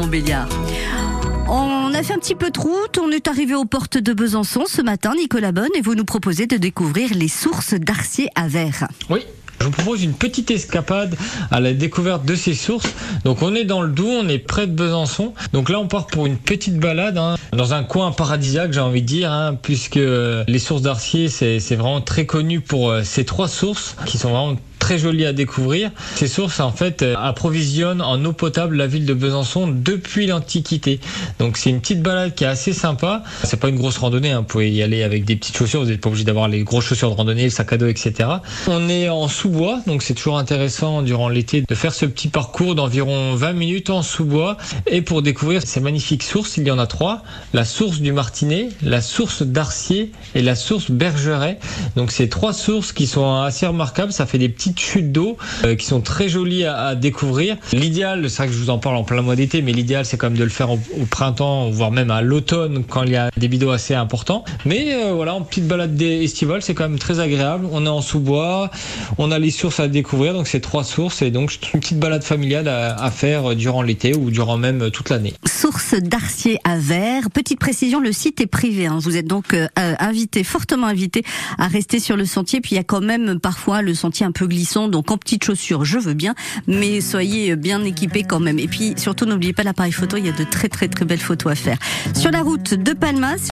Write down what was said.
Montbéliard. On a fait un petit peu de route, on est arrivé aux portes de Besançon ce matin, Nicolas Bonne, et vous nous proposez de découvrir les sources d'Arcier à Vert. Oui. Je vous propose une petite escapade à la découverte de ces sources. Donc on est dans le Doubs, on est près de Besançon. Donc là on part pour une petite balade dans un coin paradisiaque, j'ai envie de dire, puisque les sources d'Arcier c'est vraiment très connu pour ces 3 sources qui sont vraiment très jolies à découvrir. Ces sources en fait approvisionnent en eau potable la ville de Besançon depuis l'Antiquité. Donc c'est une petite balade qui est assez sympa. C'est pas une grosse randonnée, vous pouvez y aller avec des petites chaussures, vous n'êtes pas obligé d'avoir les grosses chaussures de randonnée, le sac à dos, etc. On est en sous-bois, donc c'est toujours intéressant durant l'été de faire ce petit parcours d'environ 20 minutes en sous-bois. Et pour découvrir ces magnifiques sources, il y en a 3. La source du Martinet, la source d'Arcier et la source Bergeret. Donc c'est 3 sources qui sont assez remarquables, ça fait des petites chutes d'eau qui sont très jolies à découvrir. L'idéal, c'est vrai que je vous en parle en plein mois d'été, mais l'idéal c'est quand même de le faire au printemps, voire même à l'automne quand il y a des bidots assez importants. Mais voilà, en petite balade estivale, c'est quand même très agréable. On est en sous-bois, on a les sources à découvrir, donc c'est 3 sources et donc une petite balade familiale à faire durant l'été ou durant même toute l'année. Source d'Arcier à Vert. Petite précision, le site est privé. Vous êtes donc fortement invité à rester sur le sentier. Puis il y a quand même parfois le sentier un peu glissant, donc en petites chaussures, je veux bien, mais soyez bien équipés quand même. Et puis surtout, n'oubliez pas l'appareil photo, il y a de très très très belles photos à faire. Sur la route de Palmas,